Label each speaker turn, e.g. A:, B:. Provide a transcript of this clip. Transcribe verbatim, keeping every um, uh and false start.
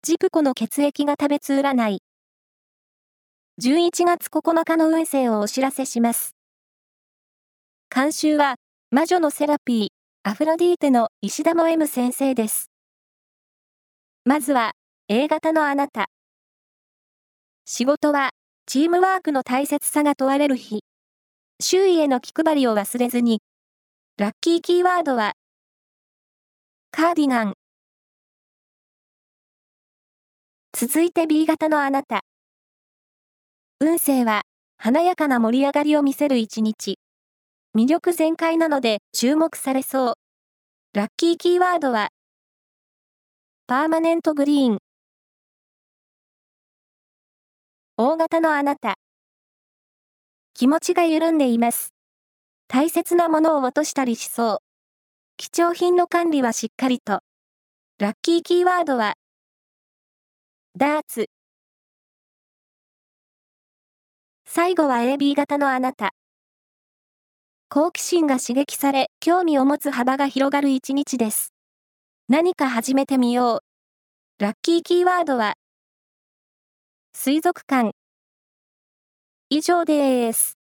A: ジプコの血液が食べつ占い。じゅういちがつここのかの運勢をお知らせします。監修は、魔女のセラピー、アフロディーテの石田も M 先生です。まずは、A 型のあなた。仕事は、チームワークの大切さが問われる日。周囲への気配りを忘れずに。ラッキーキーワードは、カーディガン。続いて B 型のあなた。運勢は、華やかな盛り上がりを見せる一日。魅力全開なので注目されそう。ラッキーキーワードは、パーマネントグリーン。O 型のあなた。気持ちが緩んでいます。大切なものを落としたりしそう。貴重品の管理はしっかりと。ラッキーキーワードは、ダーツ。最後は エービー 型のあなた。好奇心が刺激され、興味を持つ幅が広がる一日です。何か始めてみよう。ラッキーキーワードは、水族館。以上です。